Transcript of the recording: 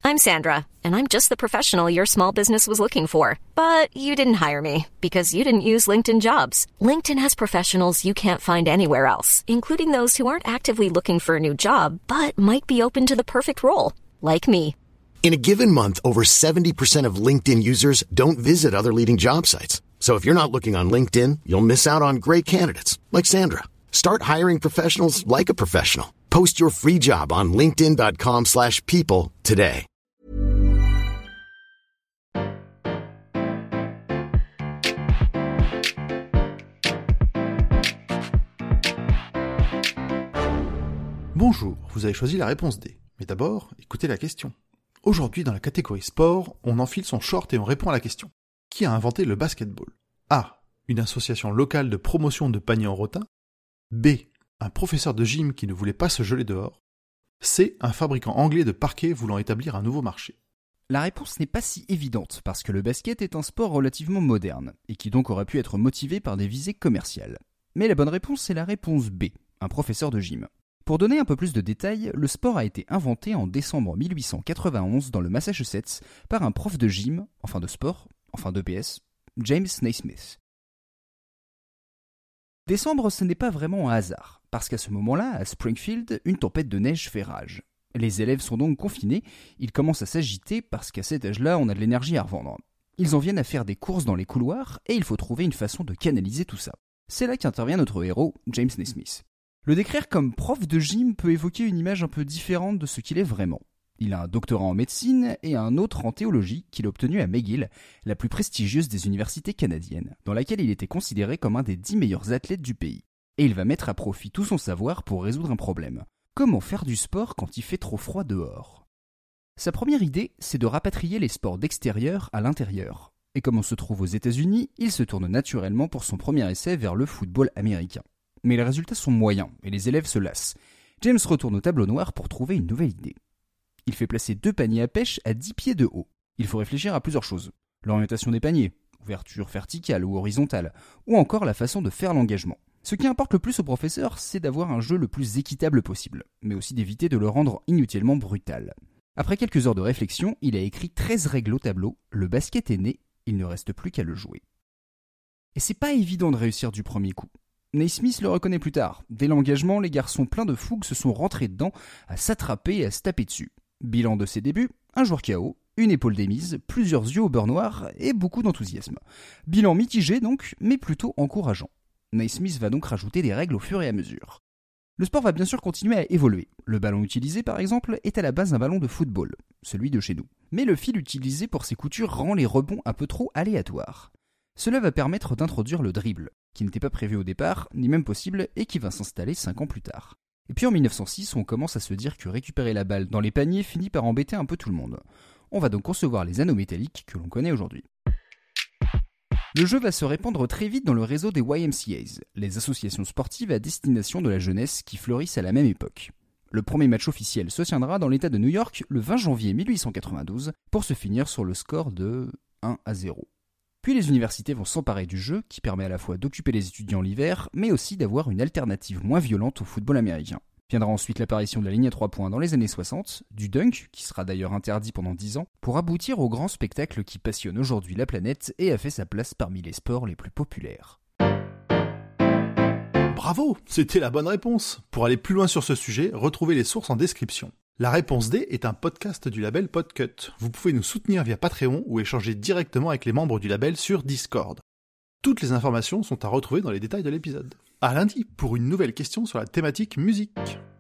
I'm Sandra, and I'm just the professional your small business was looking for. But you didn't hire me because you didn't use LinkedIn Jobs. LinkedIn has professionals you can't find anywhere else, including those who aren't actively looking for a new job, but might be open to the perfect role, like me. In a given month, over 70% of LinkedIn users don't visit other leading job sites. So if you're not looking on LinkedIn, you'll miss out on great candidates, like Sandra. Start hiring professionals like a professional. Post your free job on linkedin.com/people today. Bonjour, vous avez choisi la réponse D. Mais d'abord, écoutez la question. Aujourd'hui, dans la catégorie sport, on enfile son short et on répond à la question. Qui a inventé le basketball? A. Une association locale de promotion de paniers en rotin. B. Un professeur de gym qui ne voulait pas se geler dehors. C. Un fabricant anglais de parquets voulant établir un nouveau marché. La réponse n'est pas si évidente parce que le basket est un sport relativement moderne et qui donc aurait pu être motivé par des visées commerciales. Mais la bonne réponse est la réponse B, un professeur de gym. Pour donner un peu plus de détails, le sport a été inventé en décembre 1891 dans le Massachusetts par un prof de gym, enfin de sport, enfin d'EPS, James Naismith. Décembre, ce n'est pas vraiment un hasard, parce qu'à ce moment-là, à Springfield, une tempête de neige fait rage. Les élèves sont donc confinés, ils commencent à s'agiter parce qu'à cet âge-là, on a de l'énergie à revendre. Ils en viennent à faire des courses dans les couloirs et il faut trouver une façon de canaliser tout ça. C'est là qu'intervient notre héros, James Naismith. Le décrire comme prof de gym peut évoquer une image un peu différente de ce qu'il est vraiment. Il a un doctorat en médecine et un autre en théologie qu'il a obtenu à McGill, la plus prestigieuse des universités canadiennes, dans laquelle il était considéré comme un des 10 meilleurs athlètes du pays. Et il va mettre à profit tout son savoir pour résoudre un problème. Comment faire du sport quand il fait trop froid dehors? Sa première idée, c'est de rapatrier les sports d'extérieur à l'intérieur. Et comme on se trouve aux États-Unis, il se tourne naturellement pour son premier essai vers le football américain. Mais les résultats sont moyens et les élèves se lassent. James retourne au tableau noir pour trouver une nouvelle idée. Il fait placer 2 paniers à pêche à 10 pieds de haut. Il faut réfléchir à plusieurs choses. L'orientation des paniers, ouverture verticale ou horizontale, ou encore la façon de faire l'engagement. Ce qui importe le plus au professeur, c'est d'avoir un jeu le plus équitable possible, mais aussi d'éviter de le rendre inutilement brutal. Après quelques heures de réflexion, il a écrit 13 règles au tableau, le basket est né, il ne reste plus qu'à le jouer. Et c'est pas évident de réussir du premier coup. Naismith le reconnaît plus tard. Dès l'engagement, les garçons pleins de fougue se sont rentrés dedans, à s'attraper et à se taper dessus. Bilan de ses débuts, un joueur KO, une épaule démise, plusieurs yeux au beurre noir et beaucoup d'enthousiasme. Bilan mitigé donc, mais plutôt encourageant. Naismith va donc rajouter des règles au fur et à mesure. Le sport va bien sûr continuer à évoluer. Le ballon utilisé par exemple est à la base un ballon de football, celui de chez nous. Mais le fil utilisé pour ses coutures rend les rebonds un peu trop aléatoires. Cela va permettre d'introduire le dribble, qui n'était pas prévu au départ, ni même possible, et qui va s'installer 5 ans plus tard. Et puis en 1906, on commence à se dire que récupérer la balle dans les paniers finit par embêter un peu tout le monde. On va donc concevoir les anneaux métalliques que l'on connaît aujourd'hui. Le jeu va se répandre très vite dans le réseau des YMCAs, les associations sportives à destination de la jeunesse qui fleurissent à la même époque. Le premier match officiel se tiendra dans l'État de New York le 20 janvier 1892 pour se finir sur le score de 1-0. Puis les universités vont s'emparer du jeu qui permet à la fois d'occuper les étudiants l'hiver, mais aussi d'avoir une alternative moins violente au football américain. Viendra ensuite l'apparition de la ligne à 3 points dans les années 60, du dunk, qui sera d'ailleurs interdit pendant 10 ans, pour aboutir au grand spectacle qui passionne aujourd'hui la planète et a fait sa place parmi les sports les plus populaires. Bravo, c'était la bonne réponse. Pour aller plus loin sur ce sujet, retrouvez les sources en description. La réponse D est un podcast du label Podcut. Vous pouvez nous soutenir via Patreon ou échanger directement avec les membres du label sur Discord. Toutes les informations sont à retrouver dans les détails de l'épisode. À lundi pour une nouvelle question sur la thématique musique.